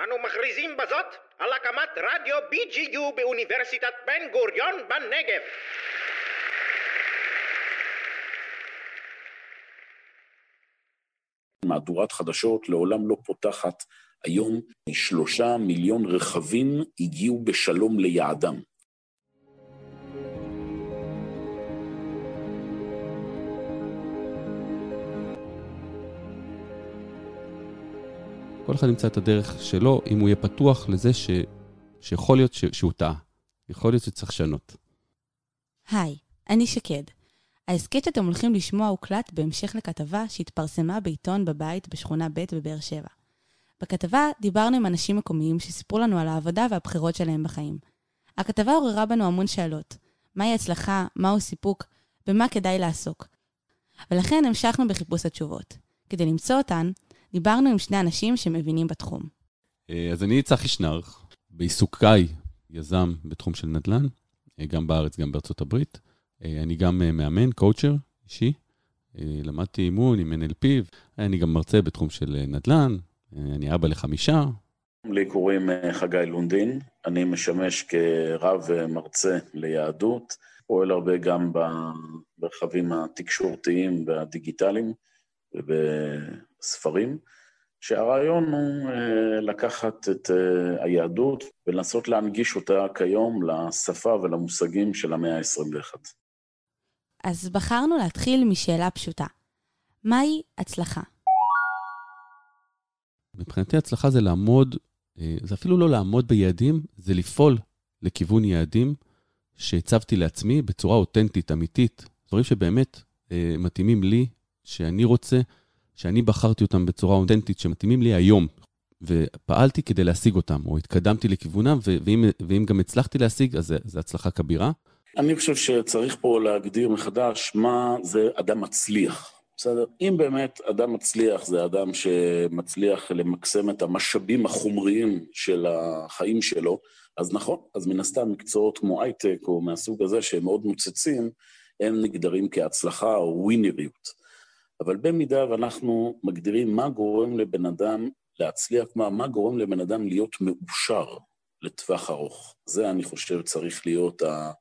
אנו מכריזים בזאת על הקמת רדיו BGU באוניברסיטת בן גוריון בנגב. מהדורת חדשות לעולם לא פותחת. היום 3 מיליון רכבים הגיעו בשלום ליעדם. כל אחד ימצא את הדרך שלו, אם הוא יהיה פתוח לזה שיכול להיות שהוא טעה. יכול להיות שצריך לשנות. היי, אני שקד. ההסכת שאתם הולכים לשמוע הוקלט בהמשך לכתבה שהתפרסמה בעיתון בבית בשכונה ב' בבאר שבע. בכתבה דיברנו עם אנשים מקומיים שסיפרו לנו על העבודה והבחירות שלהם בחיים. הכתבה עוררה בנו המון שאלות. מהי הצלחה, מהו סיפוק, במה כדאי לעסוק. ולכן המשכנו בחיפוש התשובות. כדי למצוא אותן, דיברנו עם שני אנשים שמבינים בתחום. אז אני צחי שנר, בעיסוקיי יזם בתחום של נדל"ן, גם בארץ, גם בארצות הברית. אני גם מאמן, קואוצ'ר אישי, למדתי אימון עם NLP, אני גם מרצה בתחום של נדל"ן, אני אבא ל5. לי קוראים חגי לונדין, אני משמש כרב מרצה ליהדות, פועל הרבה גם ברחבים התקשורתיים והדיגיטליים ובספרים, שהרעיון הוא לקחת את היהדות ולנסות להנגיש אותה כיום לשפה ולמושגים של המאה ה-21. אז בחרנו להתחיל משאלה פשוטה. מהי הצלחה? מבחינתי הצלחה זה לעמוד, זה אפילו לא לעמוד ביעדים, זה לפעול לכיוון יעדים שהצבתי לעצמי בצורה אותנטית, אמיתית, דברים שבאמת מתאימים לי, שאני רוצה, שאני בחרתי אותם בצורה אותנטית, שמתאימים לי היום, ופעלתי כדי להשיג אותם, או התקדמתי לכיוונם, ואם גם הצלחתי להשיג, אז זה הצלחה כבירה. אני חושב שצריך פה להגדיר מחדש מה זה אדם מצליח. בסדר? אם באמת אדם מצליח, זה אדם שמצליח למקסם את המשאבים החומריים של החיים שלו, אז נכון, אז מן הסתם מקצועות כמו הייטק או מהסוג הזה שהם מאוד מוצצים, הם נגדרים כהצלחה או ווינריות. אבל במידה ואנחנו מגדירים מה גורם לבן אדם להצליח, מה גורם לבן אדם להיות מאושר לטווח ארוך. זה אני חושב צריך להיות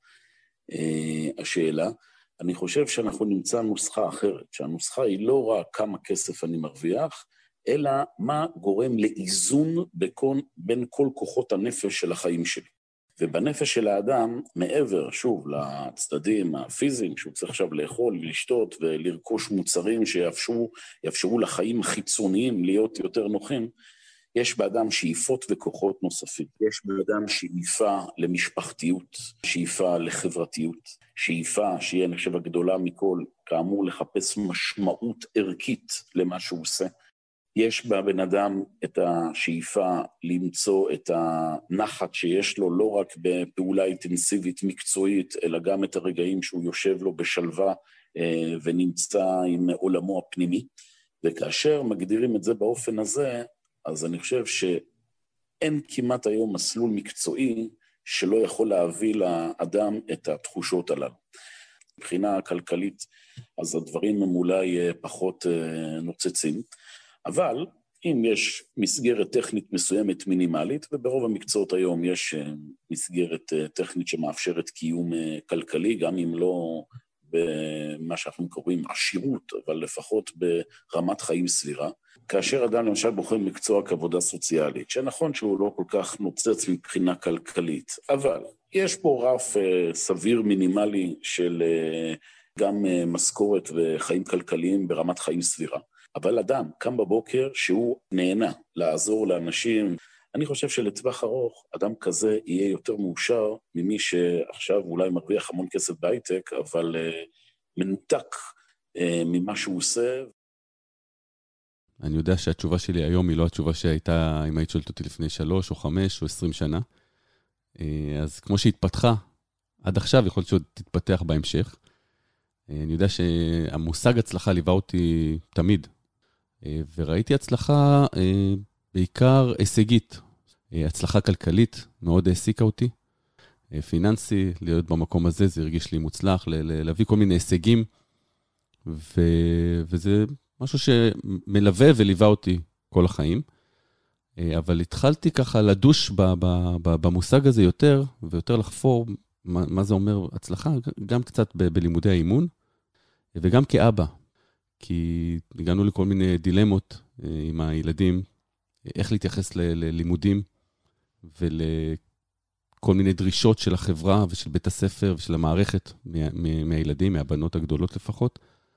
השאלה. אני חושב שאנחנו נמצא נוסחה אחרת, שהנוסחה היא לא רק כמה כסף אני מרוויח, אלא מה גורם לאיזון בין כל כוחות הנפש של החיים שלי. ובנפש של האדם, מעבר, שוב, לצדדים הפיזיים, שהוא צריך עכשיו לאכול, לשתות ולרכוש מוצרים שיאפשרו לחיים החיצוניים להיות יותר נוחים, יש באדם שאיפות וכוחות נוספים. יש באדם שאיפה למשפחתיות, שאיפה לחברתיות, שאיפה שהיא הנחשב הגדולה מכל, כאמור לחפש משמעות ערכית למה שהוא עושה. יש בבן אדם את השאיפה למצוא את הנחת שיש לו לא רק בפעולה אינטנסיבית מקצועית, אלא גם את הרגעים שהוא יושב לו בשלווה ונמצא עם עולמו הפנימי. וכאשר מגדירים את זה באופן הזה, אז אני חושב שאין כמעט היום מסלול מקצועי שלא יכול להביא לאדם את התחושות הללו. מבחינה כלכלית, אז הדברים הם אולי פחות נוצצים, אבל אם יש מסגרת טכנית מסוימת מינימלית, וברוב המקצועות היום יש מסגרת טכנית שמאפשרת קיום כלכלי, גם אם לא במה שאנחנו קוראים עשירות, אבל לפחות ברמת חיים סבירה. כאשר אדם למשל בוחר מקצוע כעבודה סוציאלית, שנכון שהוא לא כל כך נוצץ מבחינה כלכלית, אבל יש פה רף סביר מינימלי של גם משכורת וחיים כלכליים ברמת חיים סבירה. אבל אדם קם בבוקר שהוא נהנה לעזור לאנשים, אני חושב שלטווח ארוך אדם כזה יהיה יותר מאושר ממי שעכשיו אולי מרוויח המון כסף בהייטק, אבל מנותק ממה שהוא עושה. אני יודע שהתשובה שלי היום היא לא התשובה שהייתה, אם היית שואלת אותי לפני 3 או 5 או 20 שנה. אז כמו שהתפתחה עד עכשיו, יכול להיות שעוד תתפתח בהמשך. אני יודע שהמושג הצלחה ליווה אותי תמיד, וראיתי הצלחה בעיקר הישגית. הצלחה כלכלית מאוד העסיקה אותי. פיננסי, להיות במקום הזה, זה הרגיש לי מוצלח, להביא כל מיני הישגים, וזה משהו שמלווה וליווה אותי כל החיים. אבל התחלתי ככה לדוש במושג הזה יותר, ויותר לחפור מה זה אומר הצלחה, גם קצת בלימודי האימון, וגם כאבא, כי הגענו לכל מיני דילמות עם הילדים, איך להתייחס ללימודים, ולכל מיני דרישות של החברה ושל בית הספר ושל המערכת מהילדים, מהבנות הגדולות לפחות.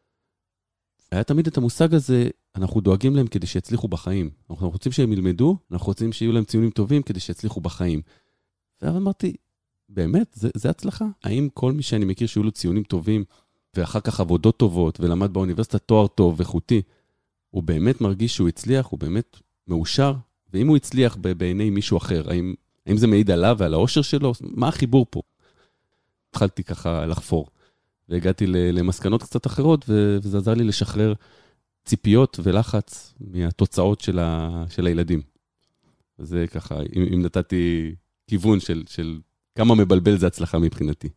היה תמיד את המושג הזה, אנחנו דואגים להם כדי שיצליחו בחיים. אנחנו רוצים שהם ילמדו, אנחנו רוצים שיהיו להם ציונים טובים כדי שיצליחו בחיים. ואז אמרתי, באמת, זה הצלחה? האם כל מי שאני מכיר שיהיו לו ציונים טובים, ואחר כך עבודות טובות, ולמד באוניברסיטה תואר טוב ואיכותי, הוא באמת מרגיש שהוא הצליח, הוא באמת מאושר? ואם הוא הצליח בעיני מישהו אחר, האם זה מעיד עליו ועל האושר שלו? מה החיבור פה? התחלתי ככה לחפור. והגעתי למסקנות קצת אחרות, וזה עזר לי לשחרר ציפיות ולחץ מהתוצאות של הילדים. וזה ככה, אם נתתי כיוון של כמה מבלבל זה הצלחה מבחינתי.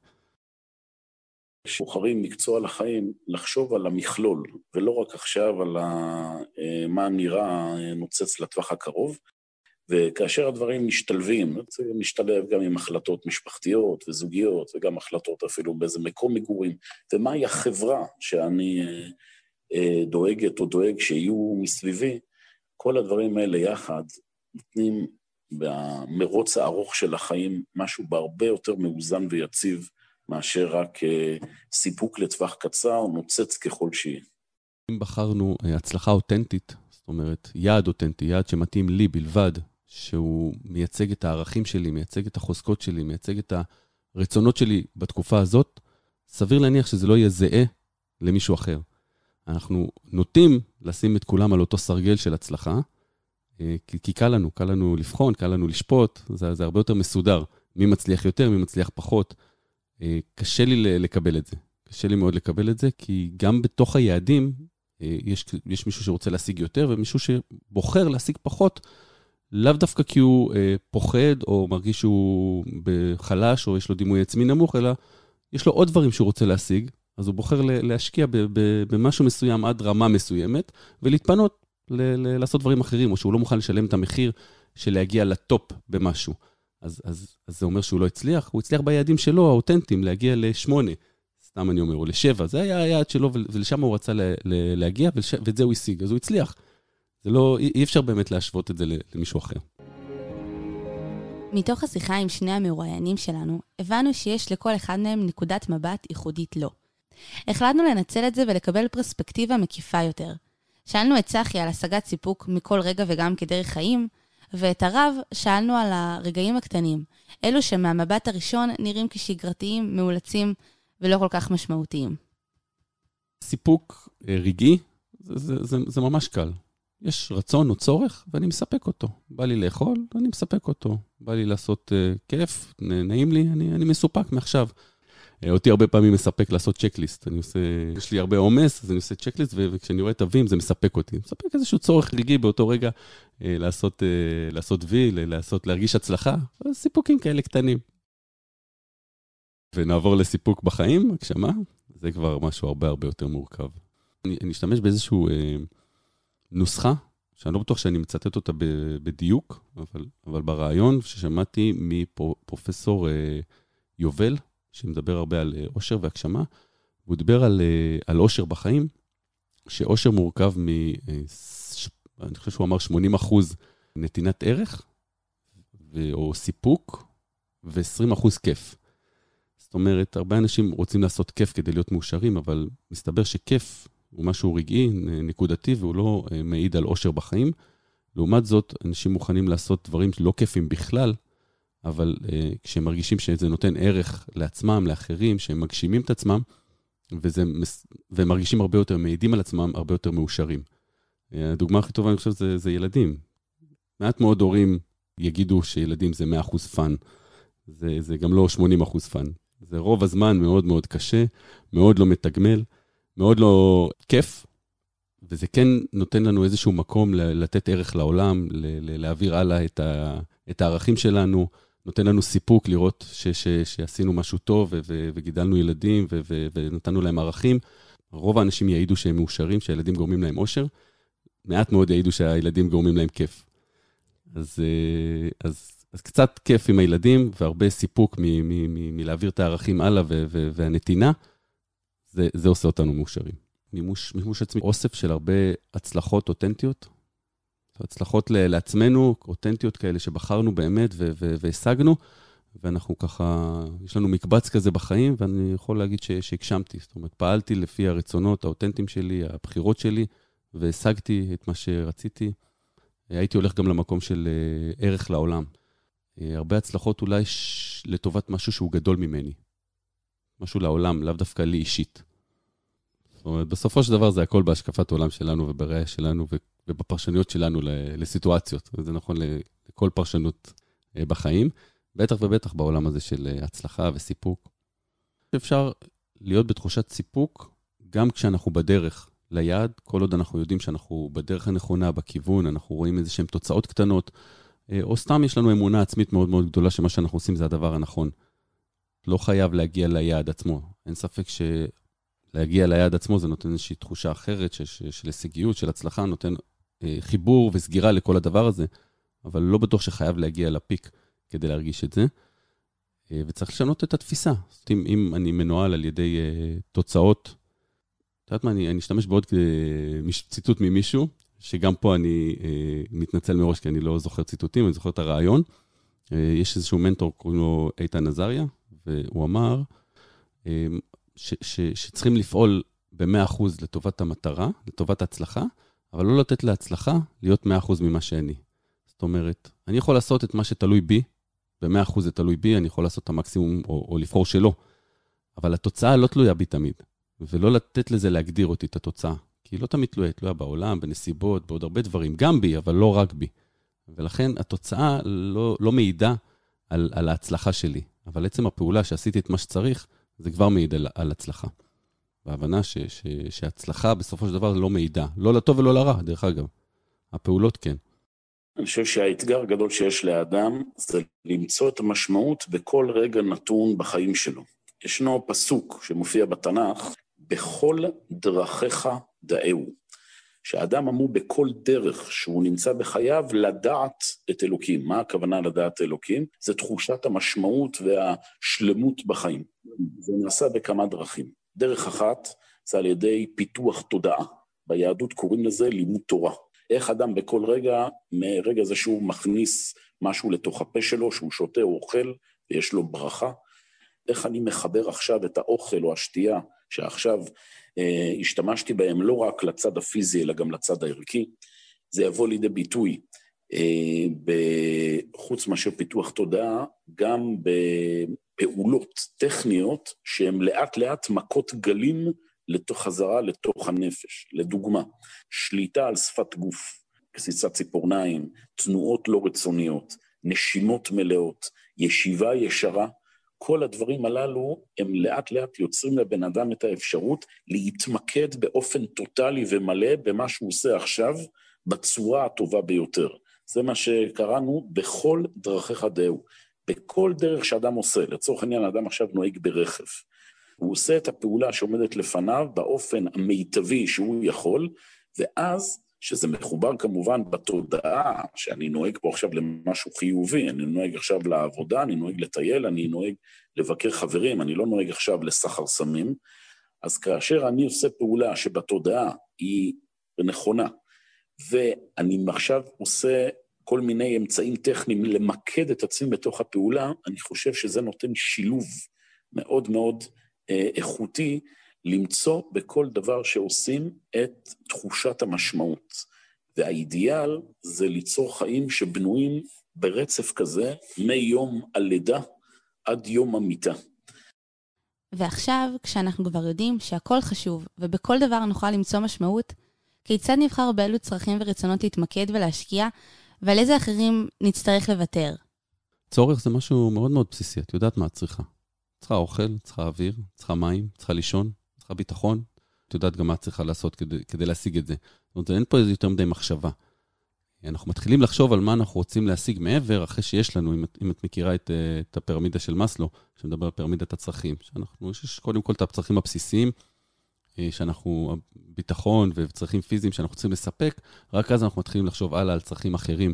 כשבוחרים מקצוע לחיים, לחשוב על המכלול, ולא רק עכשיו על מה נראה נוצץ לטווח הקרוב, וכאשר הדברים משתלבים, זה משתלב גם עם החלטות משפחתיות וזוגיות, וגם החלטות אפילו באיזה מקום מגורים, ומהי החברה שאני דואגת או דואג שיהיו מסביבי, כל הדברים האלה יחד נותנים במרוץ הארוך של החיים משהו בהרבה יותר מאוזן ויציב, מאשר רק סיפוק לטווח קצר, נוצץ ככל שהיא. אם בחרנו הצלחה אותנטית, זאת אומרת, יעד אותנטי, יעד שמתאים לי בלבד, שהוא מייצג את הערכים שלי, מייצג את החוזקות שלי, מייצג את הרצונות שלי בתקופה הזאת, סביר להניח שזה לא יהיה זהה למישהו אחר. אנחנו נוטים לשים את כולם על אותו סרגל של הצלחה, כי קל לנו לבחון, קל לנו לשפוט, זה הרבה יותר מסודר. מי מצליח יותר, מי מצליח פחות. קשה לי לקבל את זה. קשה לי מאוד לקבל את זה, כי גם בתוך היעדים, יש מישהו שרוצה להשיג יותר, ומישהו שבוחר להשיג פחות, לאו דווקא כי הוא פוחד, או מרגיש שהוא בחלש, או יש לו דימוי עצמי נמוך, אלא יש לו עוד דברים שהוא רוצה להשיג, אז הוא בוחר להשקיע במשהו מסוים עד רמה מסוימת, ולהתפנות לעשות דברים אחרים, או שהוא לא מוכן לשלם את המחיר של להגיע לטופ במשהו. אז זה אומר שהוא לא הצליח, הוא הצליח ביעדים שלו, האותנטיים, להגיע ל8, סתם אני אומר, או ל7, זה היה היעד שלו, ולשם הוא רצה להגיע, ואת זה הוא השיג, אז הוא הצליח. זה לא, אי אפשר באמת להשוות את זה למישהו אחר. מתוך השיחה עם שני המרואיינים שלנו, הבנו שיש לכל אחד מהם נקודת מבט ייחודית לו. החלטנו לנצל את זה ולקבל פרספקטיבה מקיפה יותר. שאלנו את צחי על השגת סיפוק מכל רגע וגם כדרך חיים, ואת הרב שאלנו על הרגעים הקטנים, אלו שמהמבט הראשון נראים כשגרתיים, מאולצים ולא כל כך משמעותיים. סיפוק רגעי, זה ממש קל. יש רצון או צורך, ואני מספק אותו. בא לי לאכול, אני מספק אותו. בא לי לעשות כיף, נעים לי, אני מסופק מעכשיו. אותי הרבה פעמים מספק לעשות צ'קליסט. יש לי הרבה עומס, אז אני עושה צ'קליסט, וכשאני רואה תווים, זה מספק אותי. מספק איזשהו צורך רגעי באותו רגע, לעשות וי, להרגיש הצלחה. סיפוקים כאלה קטנים. ונעבור לסיפוק בחיים, הגשמה, זה כבר משהו הרבה יותר מורכב. אני אשתמש באיזשהו נוסחה, שאני לא בטוח שאני מצטט אותה בדיוק, אבל ברעיון ששמעתי מפרופסור יובל, שמדבר הרבה על אושר והגשמה, הוא דיבר על אושר בחיים, שאושר מורכב אני חושב שהוא אמר 80% נתינת ערך, או סיפוק, ו20% כיף. זאת אומרת, הרבה אנשים רוצים לעשות כיף כדי להיות מאושרים, אבל מסתבר שכיף הוא משהו רגעי, נקודתי, והוא לא מעיד על אושר בחיים. לעומת זאת, אנשים מוכנים לעשות דברים לא כיפים בכלל, אבל כשהם מרגישים שזה נותן ערך לעצמם, לאחרים, שהם מגשימים את עצמם, והם מרגישים הרבה יותר, מעידים על עצמם, הרבה יותר מאושרים. הדוגמה הכי טובה, אני חושב, זה ילדים. מעט מאוד הורים יגידו שילדים זה 100% פן. זה גם לא 80% פן. זה רוב הזמן מאוד מאוד קשה, מאוד לא מתגמל, מאוד לא כיף, וזה כן נותן לנו איזשהו מקום לתת ערך לעולם, להעביר הלאה את הערכים שלנו, נותן לנו סיפוק לראות שעשינו משהו טוב, וגידלנו ילדים, ונתנו להם ערכים. רוב האנשים יעידו שהם מאושרים, שהילדים גורמים להם אושר, מעט מאוד יעידו שהילדים גורמים להם כיף. אז קצת כיף עם הילדים, והרבה סיפוק מלהעביר את הערכים הלאה והנתינה, זה עושה אותנו מאושרים. מימוש עצמי, אוסף של הרבה הצלחות אותנטיות, הצלחות לעצמנו, אותנטיות כאלה שבחרנו באמת והשגנו, ואנחנו ככה, יש לנו מקבץ כזה בחיים, ואני יכול להגיד שהגשמתי. זאת אומרת, פעלתי לפי הרצונות האותנטיים שלי, הבחירות שלי, והשגתי את מה שרציתי. הייתי הולך גם למקום של ערך לעולם. הרבה הצלחות אולי לטובת משהו שהוא גדול ממני. משהו לעולם, לאו דווקא לי אישית. זאת אומרת, בסופו של דבר זה הכל בהשקפת העולם שלנו ובראייה שלנו ובפרשניות שלנו לסיטואציות. זה נכון לכל פרשנות בחיים. בטח ובטח בעולם הזה של הצלחה וסיפוק. אפשר להיות בתחושת סיפוק גם כשאנחנו בדרך ליעד, כל עוד אנחנו יודעים שאנחנו בדרך הנכונה, בכיוון, אנחנו רואים איזה שהן תוצאות קטנות, או סתם יש לנו אמונה עצמית מאוד מאוד גדולה שמה שאנחנו עושים זה הדבר הנכון. לא חייב להגיע ליעד עצמו. אין ספק שלהגיע ליעד עצמו זה נותן איזושהי תחושה אחרת של הישגיות, של הצלחה, נותן חיבור וסגירה לכל הדבר הזה, אבל לא בטוח שחייב להגיע לפיק כדי להרגיש את זה. וצריך לשנות את התפיסה. אם אני מנוהל על ידי תוצאות, את יודעת מה, אני אשתמש בעוד ציטוט ממישהו, שגם פה אני מתנצל מראש, כי אני לא זוכר ציטוטים, אני זוכר את הרעיון. יש איזשהו מנטור, קוראים לו איתן עזריה, והוא אמר שצריכים לפעול ב-100% לטובת המטרה, לטובת ההצלחה, אבל לא לתת להצלחה להיות 100% ממה שאני. זאת אומרת, אני יכול לעשות את מה שתלוי בי, ב-100% זה תלוי בי, אני יכול לעשות את המקסימום או לבחור שלא, אבל התוצאה לא תלויה בי תמיד, ולא לתת לזה להגדיר אותי את התוצאה, כי היא לא תמיד תלויה בעולם, בנסיבות, בעוד הרבה דברים, גם בי, אבל לא רק בי. ולכן התוצאה לא מעידה על ההצלחה שלי, אבל עצם הפעולה שעשיתי את מה שצריך, זה כבר מעיד על הצלחה. בהבנה שההצלחה בסופו של דבר לא מעידה, לא לטוב ולא לרע, דרך אגב. הפעולות כן. אני חושב שהאתגר הגדול שיש לאדם זה למצוא את המשמעות בכל רגע נתון בחיים שלו. ישנו פסוק שמופיע בתנ"ך, בכל דרכיך דאהו. שהאדם אמור בכל דרך שהוא נמצא בחייו לדעת את אלוקים. מה הכוונה לדעת אלוקים? זה תחושת המשמעות והשלמות בחיים. זה נעשה בכמה דרכים. דרך אחת זה על ידי פיתוח תודעה. ביהדות קוראים לזה לימוד תורה. איך אדם בכל רגע, מרגע זה שהוא מכניס משהו לתוך הפה שלו, שהוא שותה או אוכל, ויש לו ברכה, איך אני מחבר עכשיו את האוכל או השתייה, שעכשיו השתמשתי בהם לא רק לצד הפיזי, אלא גם לצד הערכי, זה יבוא לידי ביטוי, חוץ מאשר פיתוח תודעה, גם בפעולות טכניות, שהן לאט לאט מכות גלים, חזרה לתוך הנפש. לדוגמה, שליטה על שפת גוף, קציצת ציפורניים, תנועות לא רצוניות, נשימות מלאות, ישיבה ישרה, כל הדברים הללו הם לאט לאט יוצרים לבן אדם את האפשרות להתמקד באופן טוטלי ומלא במה שהוא עושה עכשיו בצורה הטובה ביותר. זה מה שקראנו בכל דרכיך דאהו. בכל דרך שאדם עושה, לצורך העניין האדם עכשיו נוהג ברכב, הוא עושה את הפעולה שעומדת לפניו באופן המיטבי שהוא יכול, ואז, שזה מחובר כמובן בתודעה, שאני נוהג פה עכשיו למשהו חיובי, אני נוהג עכשיו לעבודה, אני נוהג לטייל, אני נוהג לבקר חברים, אני לא נוהג עכשיו לסחר סמים, אז כאשר אני עושה פעולה שבתודעה היא נכונה, ואני עכשיו עושה כל מיני אמצעים טכניים למקד את עצמי בתוך הפעולה, אני חושב שזה נותן שילוב מאוד מאוד איכותי, למצוא בכל דבר שעושים את תחושת המשמעות. והאידיאל זה ליצור חיים שבנויים ברצף כזה, מיום הלידה עד יום המיטה. ועכשיו, כשאנחנו כבר יודעים שהכל חשוב, ובכל דבר נוכל למצוא משמעות, כיצד נבחר באילו צרכים ורצונות להתמקד ולהשקיע, ועל איזה אחרים נצטרך לוותר? צורך זה משהו מאוד מאוד בסיסי, את יודעת מה את צריכה. צריכה אוכל, צריכה אוויר, צריכה מים, צריכה לישון, צריכה ביטחון. את יודעת גם מה את צריכה לעשות כדי להשיג את זה. זאת אומרת, אין פה איזה יותר מדי מחשבה. אנחנו מתחילים לחשוב על מה אנחנו רוצים להשיג מעבר, אחרי שיש לנו, אם את מכירה את הפירמידה של מסלו, שמדבר על פירמידת הצרכים, יש קודם כל את הצרכים הבסיסיים, שאנחנו, ביטחון וצרכים פיזיים שאנחנו צריכים לספק, רק אז אנחנו מתחילים לחשוב הלאה על צרכים אחרים,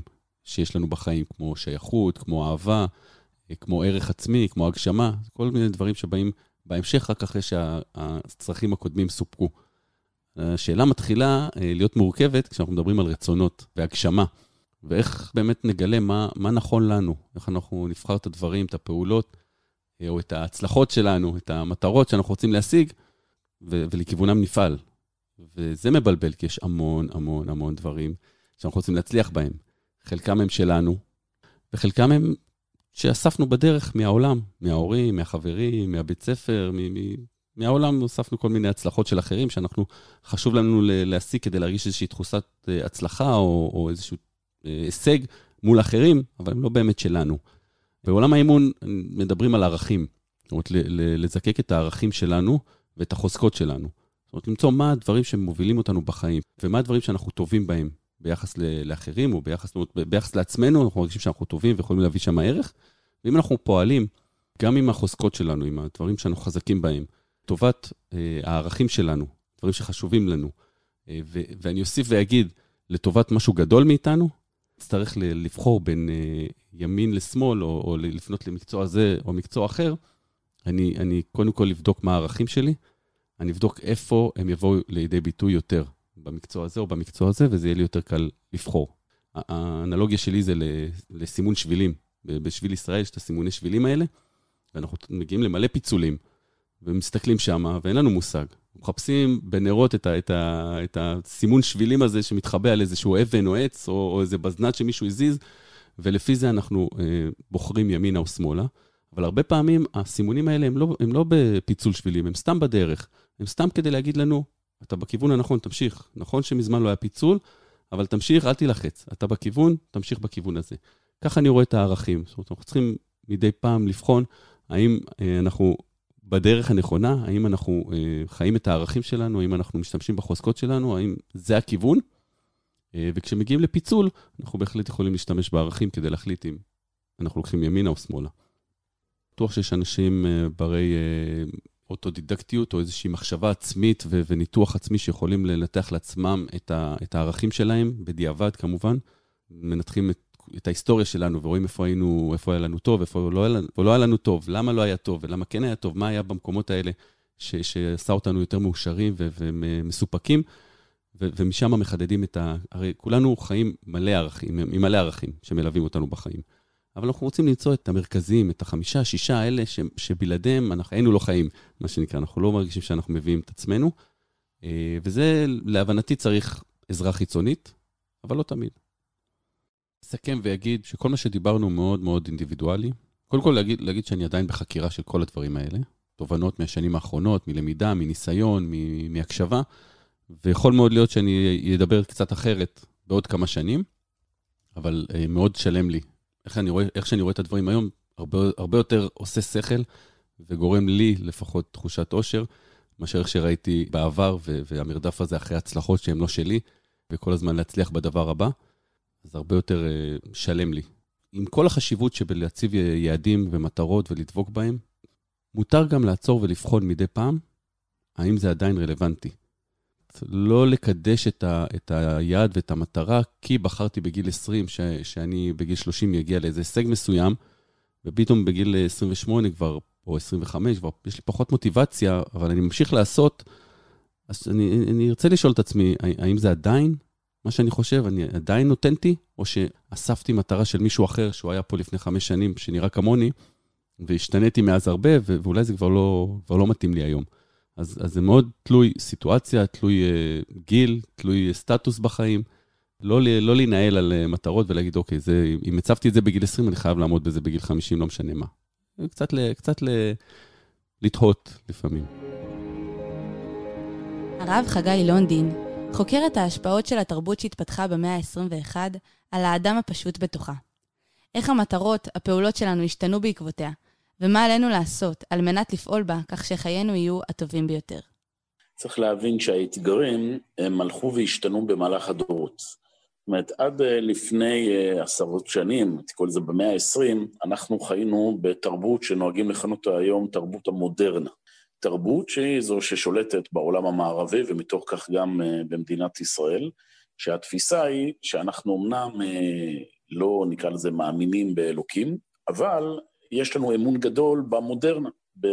שיש לנו בחיים, כמו שייכות, כמו אהבה, כמו ערך עצמי, כמו הגשמה, כל מיני דברים שבאים בהמשך רק אחרי שהצרכים הקודמים סופקו. השאלה מתחילה להיות מורכבת כשאנחנו מדברים על רצונות והגשמה, ואיך באמת נגלה מה נכון לנו, איך אנחנו נבחר את הדברים, את הפעולות, או את ההצלחות שלנו, את המטרות שאנחנו רוצים להשיג, ולכיוונם נפעל. וזה מבלבל, כי יש המון המון המון דברים שאנחנו רוצים להצליח בהם. חלקם הם שלנו, וחלקם הם שאספנו בדרך מהעולם, מההורים, מהחברים, מהבית ספר, מהעולם אספנו כל מיני הצלחות של אחרים, שאנחנו חשוב לנו להשיג כדי להרגיש איזושהי תחושת הצלחה, או איזשהו הישג מול אחרים, אבל הם לא באמת שלנו. בעולם האימון מדברים על ערכים, זאת אומרת, לזקק את הערכים שלנו ואת החוזקות שלנו. זאת אומרת, למצוא מה הדברים שמובילים אותנו בחיים, ומה הדברים שאנחנו טובים בהם ביחס לאחרים, או ביחס לעצמנו, אנחנו מרגישים שאנחנו טובים ויכולים להביא שם הערך, ואם אנחנו פועלים גם עם החוזקות שלנו, עם הדברים שאנחנו חזקים בהם, טובת הערכים שלנו, דברים שחשובים לנו, ואני אוסיף ואגיד, לטובת משהו גדול מאיתנו, צריך לבחור בין ימין לשמאל, או לפנות למקצוע הזה או מקצוע אחר, אני קודם כל לבדוק מה הערכים שלי, אני אבדוק איפה הם יבואו לידי ביטוי יותר, במקצוע הזה או במקצוע הזה, וזה יהיה לי יותר קל לבחור. האנלוגיה שלי זה לסימון שבילים. בשביל ישראל יש את הסימוני שבילים האלה, ואנחנו מגיעים למלא פיצולים, ומסתכלים שם, ואין לנו מושג. מחפשים בנרות את הסימון שבילים הזה, שמתחבא על איזשהו אבן או עץ, או איזה בזנת שמישהו הזיז, ולפי זה אנחנו בוחרים ימינה או שמאלה. אבל הרבה פעמים הסימונים האלה הם לא בפיצול שבילים, הם סתם בדרך. הם סתם כדי להגיד לנו, אתה בכיוון הנכון, תמשיך. נכון שמזמן לא היה פיצול, אבל תמשיך, אל תלחץ. אתה בכיוון, תמשיך בכיוון הזה. ככה אני רואה את הערכים. זאת אומרת, אנחנו צריכים מדי פעם לבחון, האם אנחנו בדרך הנכונה, האם אנחנו חיים את הערכים שלנו, האם אנחנו משתמשים בחוזקות שלנו, האם זה הכיוון. וכשמגיעים לפיצול, אנחנו בהחלט יכולים להשתמש בערכים כדי להחליט אם אנחנו לוקחים ימינה או שמאלה. בטוח שיש אנשים ברי אוטודידקטיות או איזושהי מחשבה עצמית וניתוח עצמי שיכולים לנתח לעצמם את הערכים שלהם, בדיעבד כמובן, מנתחים את ההיסטוריה שלנו ורואים איפה היה לנו טוב, איפה לא היה לנו טוב, למה לא היה טוב ולמה כן היה טוב, מה היה במקומות האלה שעשה אותנו יותר מאושרים ומסופקים, ומשם מחדדים הרי כולנו חיים מלא ערכים, עם מלא ערכים שמלווים אותנו בחיים. אבל אנחנו רוצים למצוא את המרכזים, את 5, 6 האלה שבלעדיהם היינו לא חיים, מה שנקרא, אנחנו לא מרגישים שאנחנו מביאים את עצמנו, וזה להבנתי צריך עזרה חיצונית, אבל לא תמיד. אסכם ויגיד שכל מה שדיברנו מאוד מאוד אינדיבידואלי, קודם כל להגיד שאני עדיין בחקירה של כל הדברים האלה, תובנות מהשנים האחרונות, מלמידה, מניסיון, מהקשבה, ויכול מאוד להיות שאני אדבר קצת אחרת בעוד כמה שנים, אבל מאוד שלם לי. איך שאני רואה את הדברים היום, הרבה יותר עושה שכל, וגורם לי לפחות תחושת אושר, מאשר איך שראיתי בעבר, והמרדף הזה אחרי הצלחות שהן לא שלי, וכל הזמן להצליח בדבר הבא, אז הרבה יותר שלם לי. עם כל החשיבות שבלהציב יעדים ומטרות ולדבוק בהם, מותר גם לעצור ולבחון מדי פעם, האם זה עדיין רלוונטי. לא לקדש את היעד ואת המטרה, כי בחרתי בגיל 20 שאני בגיל 30 יגיע לאיזה הישג מסוים, ופתאום בגיל 28 כבר, או 25, כבר יש לי פחות מוטיבציה, אבל אני ממשיך לעשות, אז אני ארצה לשאול את עצמי, האם זה עדיין מה שאני חושב, אני עדיין אותנטי, או שאספתי מטרה של מישהו אחר, שהוא היה פה לפני 5 שנים, שנראה כמוני, והשתניתי מאז הרבה, ואולי זה כבר לא מתאים לי היום. אז זה מאוד תלוי סיטואציה, תלוי גיל, תלוי סטטוס בחיים, לא להינהל על מטרות ולהגיד, אוקיי, אם הצבתי את זה בגיל 20, אני חייב לעמוד בזה בגיל 50, לא משנה מה. קצת לתהות לפעמים. הרב חגי לונדין חוקר את ההשפעות של התרבות שהתפתחה במאה ה-21 על האדם הפשוט בתוכה. איך המטרות, הפעולות שלנו השתנו בעקבותיה, ומה עלינו לעשות על מנת לפעול בה, כך שחיינו יהיו הטובים ביותר. צריך להבין שהאתגרים הם הלכו והשתנו במהלך הדורות. זאת אומרת, עד לפני 10 שנים, תקרא לזה במאה ה-20, אנחנו חיינו בתרבות שנוהגים לכנות היום תרבות המודרנה. תרבות שהיא זו ששולטת בעולם המערבי, ומתוך כך גם במדינת ישראל, שהתפיסה היא שאנחנו אמנם לא נקרא לזה מאמינים באלוקים, אבל יש לנו אמון גדול במודרנה,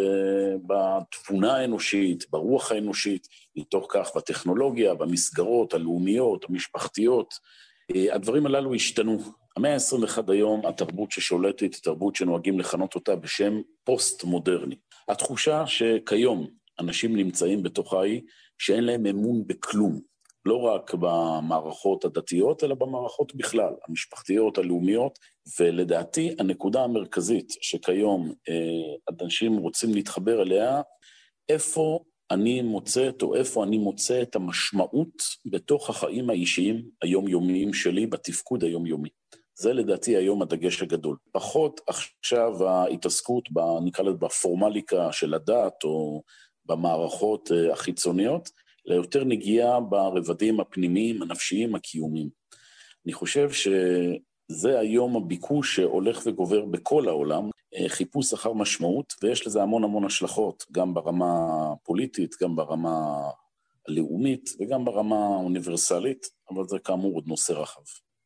בתבונה האנושית, ברוח האנושית, מתוך כך בטכנולוגיה, במסגרות הלאומיות, המשפחתיות. הדברים הללו השתנו. המאה ה-21 היום, התרבות ששולטת, תרבות שנוהגים לכנות אותה בשם פוסט-מודרני. התחושה שכיום אנשים נמצאים בתוכה היא שאין להם אמון בכלום, לא רק במערכות הדתיות, אלא במערכות בכלל, המשפחתיות, הלאומיות, ולדעתי הנקודה המרכזית שכיום אנשים רוצים להתחבר אליה, איפה אני מוצאת או איפה אני מוצא את המשמעות בתוך החיים האישיים היומיומיים שלי, בתפקוד היומיומי. זה לדעתי היום הדגש הגדול. פחות עכשיו ההתעסקות, נקרא לזה בפורמליקה של הדת או במערכות החיצוניות, אלא יותר נגיעה ברבדים הפנימיים, הנפשיים, הקיומיים. אני חושב שזה היום הביקוש שהולך וגובר בכל העולם, חיפוש אחר משמעות, ויש לזה המון המון השלכות, גם ברמה הפוליטית, גם ברמה הלאומית, וגם ברמה האוניברסלית, אבל זה כאמור עוד נושא רחב.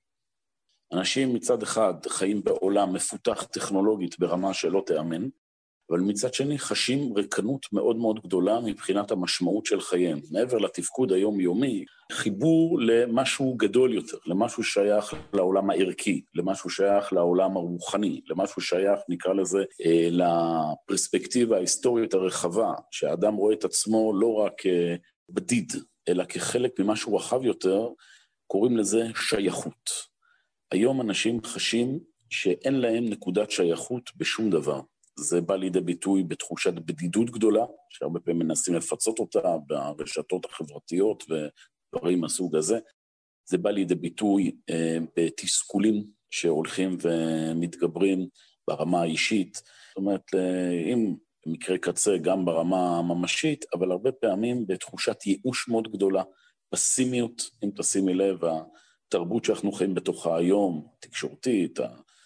אנשים מצד אחד חיים בעולם מפותח טכנולוגית ברמה שלא תאמן, אבל מצד שני חשים ריקנות מאוד מאוד גדולה מבחינת המשמעות של חייהם. מעבר לתפקוד היומיומי, חיבור למשהו גדול יותר, למשהו שייך לעולם הערכי, למשהו שייך לעולם הרוחני, למשהו שייך, נקרא לזה, לפרספקטיבה ההיסטורית הרחבה, שהאדם רואה את עצמו לא רק בדיד, אלא כחלק ממשהו רחב יותר, קוראים לזה שייכות. היום אנשים חשים שאין להם נקודת שייכות בשום דבר. זה בא לידי ביטוי בתחושת בדידות גדולה, שהרבה פעמים מנסים לפצות אותה ברשתות החברתיות ודברים מהסוג הזה. זה בא לידי ביטוי בתסכולים שהולכים ומתגברים ברמה האישית. זאת אומרת, אם במקרה קצה גם ברמה הממשית, אבל הרבה פעמים בתחושת ייאוש מאוד גדולה, פסימיות, אם תשימי לב, התרבות שאנחנו חיים בתוכה היום, תקשורתית,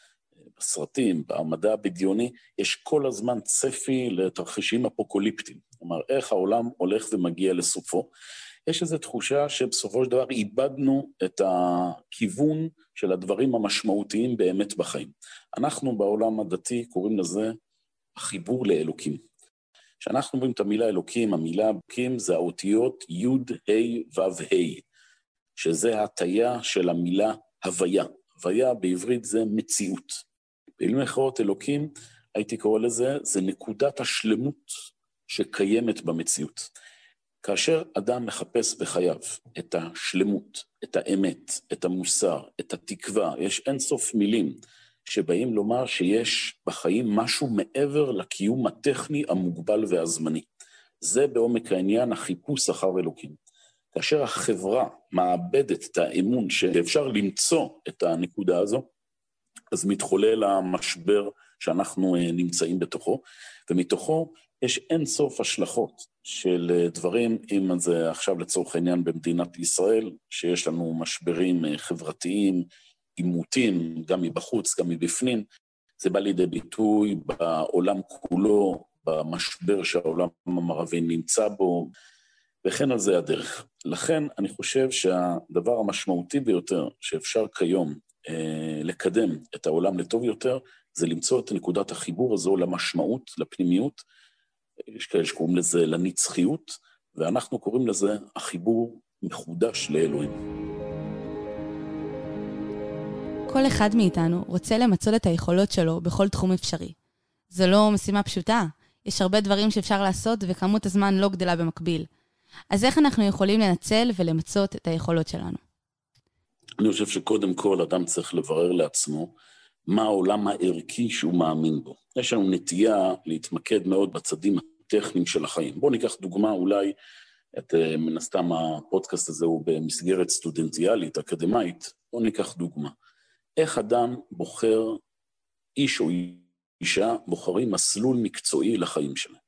בסרטים, במדע הבדיוני, יש כל הזמן צפי לתרחישים אפוקוליפטיים. כלומר, איך העולם הולך ומגיע לסופו. יש איזו תחושה שבסופו של דבר איבדנו את הכיוון של הדברים המשמעותיים באמת בחיים. אנחנו בעולם הדתי קוראים לזה החיבור לאלוקים. כשאנחנו אומרים את המילה אלוקים, המילה אלוקים זה האותיות י' ה' ו' ה', שזה ההטיה של המילה הוויה. הוויה בעברית זה מציאות. במילים אחרות אלוקים, הייתי קורא לזה, זה נקודת השלמות שקיימת במציאות. כאשר אדם מחפש בחייו את השלמות, את האמת, את המוסר, את התקווה, יש אינסוף מילים שבאים לומר שיש בחיים משהו מעבר לקיום הטכני המוגבל והזמני. זה בעומק העניין החיפוש אחר אלוקים. כאשר החברה מאבדת את האמון שאפשר למצוא את הנקודה הזו, אז מתחולל המשבר שאנחנו נמצאים בתוכו, ומתוכו יש אינסוף השלכות של דברים, אם זה עכשיו לצורך העניין במדינת ישראל, שיש לנו משברים חברתיים, עימותים, גם מבחוץ, גם מבפנים, זה בא לידי ביטוי בעולם כולו, במשבר שהעולם המערבי נמצא בו, וכן על זה הדרך. לכן אני חושב שהדבר המשמעותי ביותר שאפשר כיום לקדם את העולם לטוב יותר, זה למצוא את נקודת החיבור הזו למשמעות, לפנימיות, יש כאלה שקוראים לזה לנצחיות, ואנחנו קוראים לזה החיבור מחודש לאלוהים. כל אחד מאיתנו רוצה למצות את היכולות שלו בכל תחום אפשרי. זו לא משימה פשוטה, יש הרבה דברים שאפשר לעשות וכמות הזמן לא גדלה במקביל. אז איך אנחנו יכולים לנצל ולמצות את היכולות שלנו? אני חושב שקודם כל אדם צריך לברר לעצמו מה העולם הערכי שהוא מאמין בו. יש לנו נטייה להתמקד מאוד בצדים הטכניים של החיים. בואו ניקח דוגמה אולי, מן הסתם הפודקאסט הזה הוא במסגרת סטודנטיאלית, אקדמית, בואו ניקח דוגמה. איך אדם בוחר, איש או אישה, בוחרים מסלול מקצועי לחיים שלהם.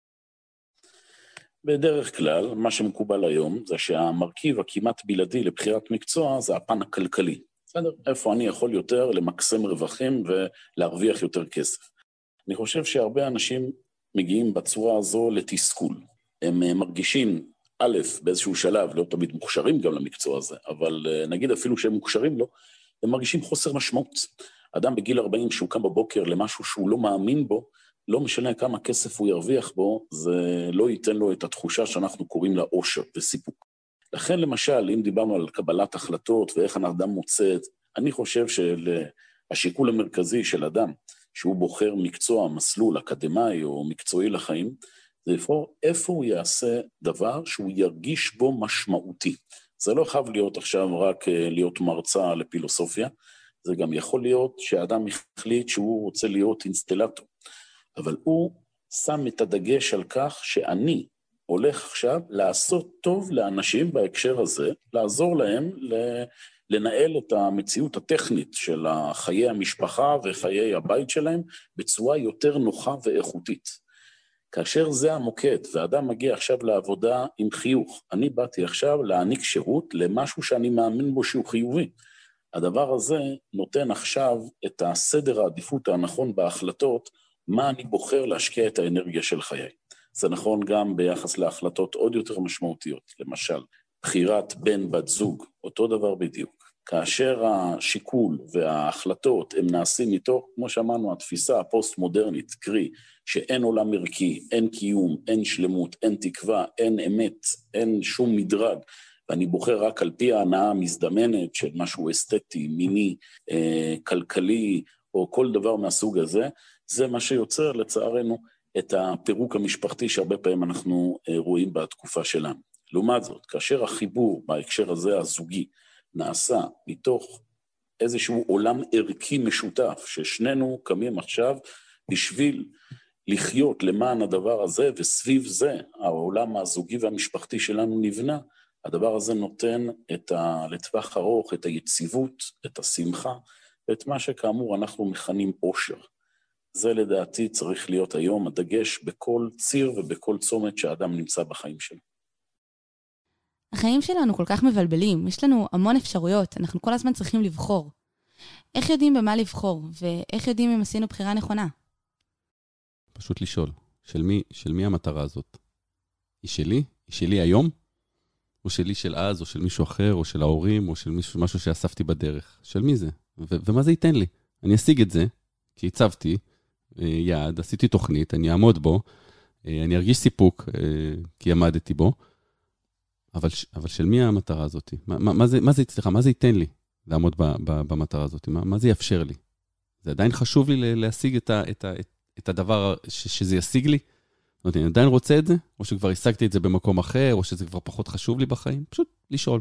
בדרך כלל, מה שמקובל היום, זה שהמרכיב הכמעט בלעדי לבחירת מקצוע, זה הפן הכלכלי. בסדר? איפה אני יכול יותר למקסם רווחים ולהרוויח יותר כסף. אני חושב שהרבה אנשים מגיעים בצורה הזו לתסכול. הם מרגישים, א', באיזשהו שלב, לא תמיד מוכשרים גם למקצוע הזה, אבל נגיד אפילו שהם מוכשרים לו, הם מרגישים חוסר משמעות. אדם בגיל 40 שהוא קם בבוקר למשהו שהוא לא מאמין בו, לא משנה כמה כסף הוא ירוויח בו, זה לא ייתן לו את התחושה שאנחנו קוראים לה אושר וסיפוק. לכן למשל, אם דיברנו על קבלת החלטות ואיך האדם מוצא, אני חושב שהשיקול המרכזי של אדם, שהוא בוחר מקצוע, מסלול אקדמי או מקצועי לחיים, זה לבחור איפה הוא יעשה דבר שהוא ירגיש בו משמעותי. זה לא חייב להיות עכשיו רק להיות מרצה לפילוסופיה, זה גם יכול להיות שהאדם החליט שהוא רוצה להיות אינסטלטור, אבל הוא שם את הדגש על כך שאני הולך עכשיו לעשות טוב לאנשים בהקשר הזה, לעזור להם לנהל את המציאות הטכנית של חיי המשפחה וחיי הבית שלהם בצורה יותר נוחה ואיכותית. כאשר זה המוקד, ואדם מגיע עכשיו לעבודה עם חיוך, אני באתי עכשיו להעניק שירות למשהו שאני מאמין בו שהוא חיובי. הדבר הזה נותן עכשיו את הסדר העדיפות הנכון בהחלטות, מה אני בוחר להשקיע את האנרגיה של חיי. זה נכון גם ביחס להחלטות עוד יותר משמעותיות, למשל, בחירת בן בת זוג, אותו דבר בדיוק. כאשר השיקול וההחלטות הם נעשים מתוך, כמו שאמרנו, התפיסה הפוסט-מודרנית, קרי, שאין עולם ערכי, אין קיום, אין שלמות, אין תקווה, אין אמת, אין שום מדרג, ואני בוחר רק על פי ההנאה המזדמנת של משהו אסתטי, מיני, כלכלי, או כל דבר מהסוג הזה, זה מה שיוצר לצערנו את הפירוק המשפחתי שהרבה פעמים אנחנו רואים בתקופה שלנו. לעומת זאת, כאשר החיבור בהקשר הזה הזוגי נעשה מתוך איזשהו עולם ערכי משותף, ששנינו קמים עכשיו בשביל לחיות למען הדבר הזה, וסביב זה העולם הזוגי והמשפחתי שלנו נבנה, הדבר הזה נותן לטווח ארוך את היציבות, את השמחה, ואת מה שכאמור אנחנו מכנים אושר. זה לדעתי צריך להיות היום הדגש בכל ציר ובכל צומת שהאדם נמצא בחיים שלו. החיים שלנו כל כך מבלבלים, יש לנו המון אפשרויות, אנחנו כל הזמן צריכים לבחור. איך יודעים במה לבחור, ואיך יודעים אם עשינו בחירה נכונה? פשוט לשאול, של מי המטרה הזאת? היא שלי? היא שלי היום? או שלי של אז, או של מישהו אחר, או של ההורים, או של משהו שאספתי בדרך? של מי זה? ומה זה ייתן לי? אני אשיג את זה, כי הצבתי יעד, עשיתי תוכנית, אני אעמוד בו, אני ארגיש סיפוק, כי עמדתי בו, אבל של מי המטרה הזאת? מה זה ייתן לי לעמוד במטרה הזאת? מה זה יאפשר לי? זה עדיין חשוב לי להשיג את הדבר שזה ישיג לי? זאת אומרת, אני עדיין רוצה את זה? או שכבר השגתי את זה במקום אחר, או שזה כבר פחות חשוב לי בחיים? פשוט לשאול.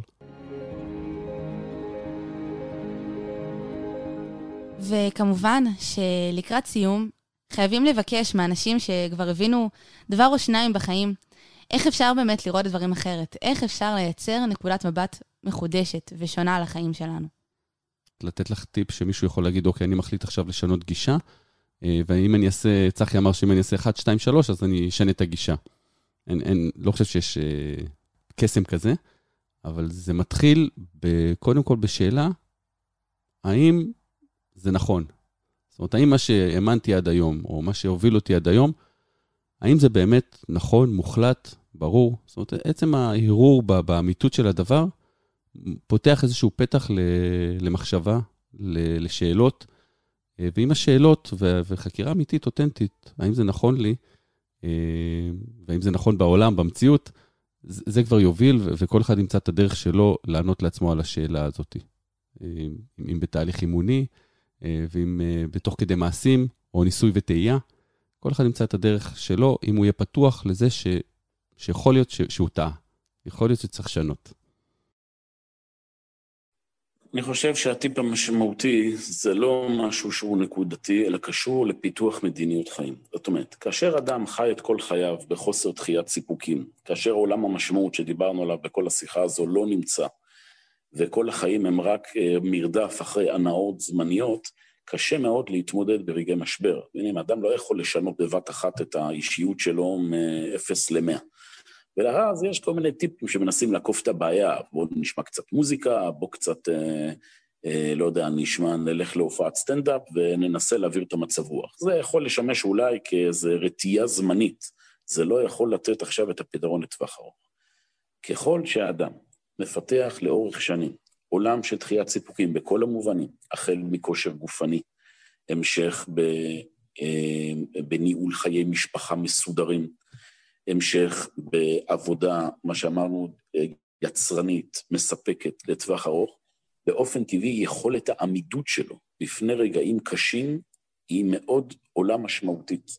וכמובן שלקראת סיום, חייבים לבקש מאנשים שכבר הבינו דבר או שניים בחיים, איך אפשר באמת לראות את דברים אחרת? איך אפשר לייצר נקודת מבט מחודשת ושונה על החיים שלנו? לתת לך טיפ שמישהו יכול להגיד, אוקיי, אני מחליט עכשיו לשנות גישה, ואם אני אעשה, צחי אמר שאם אני אעשה 1, 2, 3, אז אני אשנה את הגישה. לא חושב שיש קסם כזה, אבל זה מתחיל קודם כל בשאלה, האם זה נכון? זאת אומרת, האם מה שהאמנתי עד היום, או מה שהוביל אותי עד היום, האם זה באמת נכון, מוחלט, ברור? זאת אומרת, עצם ההירור באמיתות של הדבר, פותח איזשהו פתח למחשבה, לשאלות, ועם השאלות וחקירה אמיתית, אותנטית, האם זה נכון לי, והאם זה נכון בעולם, במציאות, זה כבר יוביל, וכל אחד ימצא את הדרך שלו לענות לעצמו על השאלה הזאת. אם בתהליך אימוני, ואם בתוך כדי מעשים, או ניסוי וטעייה, כל אחד ימצא את הדרך שלו, אם הוא יהיה פתוח לזה שיכול להיות שהוא טעה. יכול להיות שצריך לשנות. אני חושב שהטיפ המשמעותי זה לא משהו שהוא נקודתי, אלא קשור לפיתוח מדיניות חיים. זאת אומרת, כאשר אדם חי את כל חייו בחוסר דחיית סיפוקים, כאשר עולם המשמעות שדיברנו עליו בכל השיחה הזו לא נמצא, וכל החיים הם רק מרדף אחרי הנאות זמניות, קשה מאוד להתמודד ברגעי משבר. אם אדם לא יכול לשנות בבת אחת את האישיות שלו מ-0 ל-100. ולאז יש כל מיני טיפים שמנסים לעקוף את הבעיה, בואו נשמע קצת מוזיקה, בואו קצת, לא יודע, נלך להופעת סטנדאפ וננסה להעביר את המצב רוח. זה יכול לשמש אולי כאיזו רתיעה זמנית, זה לא יכול לתת עכשיו את הפתרון לטווח ארוך. ככל שהאדם מפתח לאורך שנים עולם של דחיית סיפוקים בכל המובנים, החל מכושר גופני, המשך בניהול חיי משפחה מסודרים, המשך בעבודה, מה שאמרנו, יצרנית, מספקת לטווח ארוך, באופן טבעי יכולת העמידות שלו בפני רגעים קשים היא מאוד עולה משמעותית.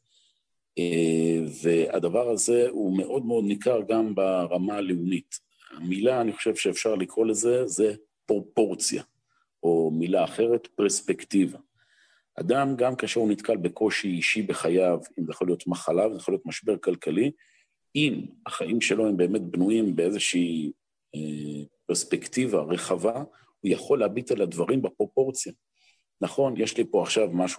והדבר הזה הוא מאוד מאוד ניכר גם ברמה הלאומית. המילה, אני חושב שאפשר לקרוא לזה, זה פרופורציה, או מילה אחרת, פרספקטיבה. אדם, גם כאשר הוא נתקל בקושי אישי בחייו, אם זה יכול להיות מחלה, זה יכול להיות משבר כלכלי, אם החיים שלו הם באמת בנויים באיזושהי פרספקטיבה רחבה, הוא יכול להביט על הדברים בפרופורציה. נכון, יש לי פה עכשיו משהו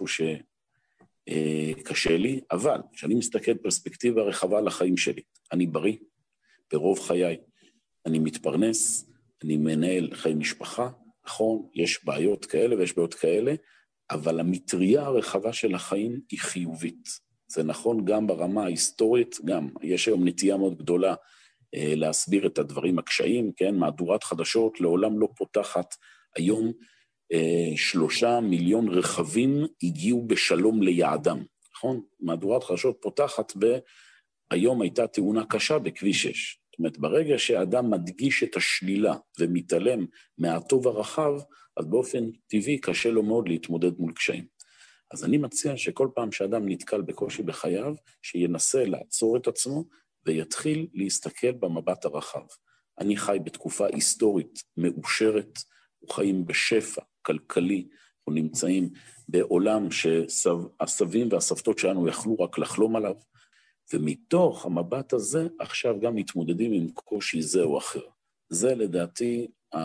שקשה לי, אבל כשאני מסתכל פרספקטיבה רחבה לחיים שלי, אני בריא ברוב חיי, אני מתפרנס, אני מנהל חיי משפחה, נכון, יש בעיות כאלה ויש בעיות כאלה, אבל המטריה הרחבה של החיים היא חיובית. זה נכון גם ברמה ההיסטורית, גם יש היום נטייה מאוד גדולה להסביר את הדברים הקשיים, כן? מהדורת חדשות לעולם לא פותחת. היום 3 מיליון רכבים הגיעו בשלום ליעדם, נכון? מהדורת חדשות פותחת היום הייתה תאונה קשה בכביש 6. זאת אומרת, ברגע שאדם מדגיש את השלילה ומתעלם מהטוב הרחב, אז באופן טבעי קשה לו מאוד להתמודד מול קשיים. אז אני מציע שכל פעם שאדם נתקל בקושי בחייו, שינסה לעצור את עצמו ויתחיל להסתכל במבט הרחב. אני חי בתקופה היסטורית מאושרת, אנחנו חיים בשפע כלכלי, אנחנו נמצאים בעולם שהסבים והסבתות שלנו יכלו רק לחלום עליו, ומתוך המבט הזה עכשיו גם מתמודדים עם קושי זה או אחר. זה לדעתי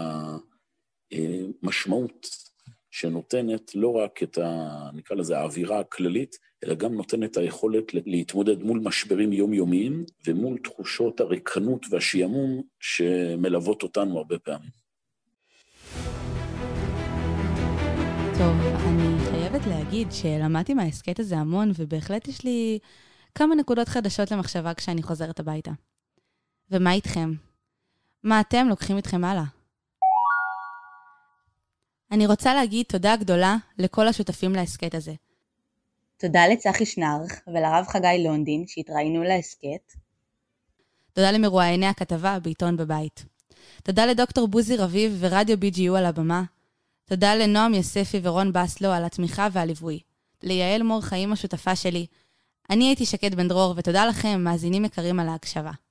המשמעות שנותנת לא רק את נקרא לזה האווירה הכללית, אלא גם נותנת היכולת להתמודד מול משברים יומיומיים, ומול תחושות הריקנות והשיעמום שמלוות אותנו הרבה פעמים. טוב, אני חייבת להגיד שלמדתי מהעסקת הזה המון, ובהחלט יש לי כמה נקודות חדשות למחשבה כשאני חוזרת הביתה. ומה איתכם? מה אתם לוקחים איתכם הלאה? אני רוצה להגיד תודה גדולה לכל השותפים לעסקת הזה. תודה לצחי שנרך ולרב חגי לונדין שהתראינו לעסקת. תודה למרואייני הכתבה בעיתון בבית. תודה לדוקטור בוזי רביב ורדיו BGU על הבמה. תודה לנועם יוספי ורון בסלו על התמיכה והליווי. ליעל מור חיים השותפה שלי. אני הייתי שקד בן דרור ותודה לכם מאזינים יקרים על ההקשבה.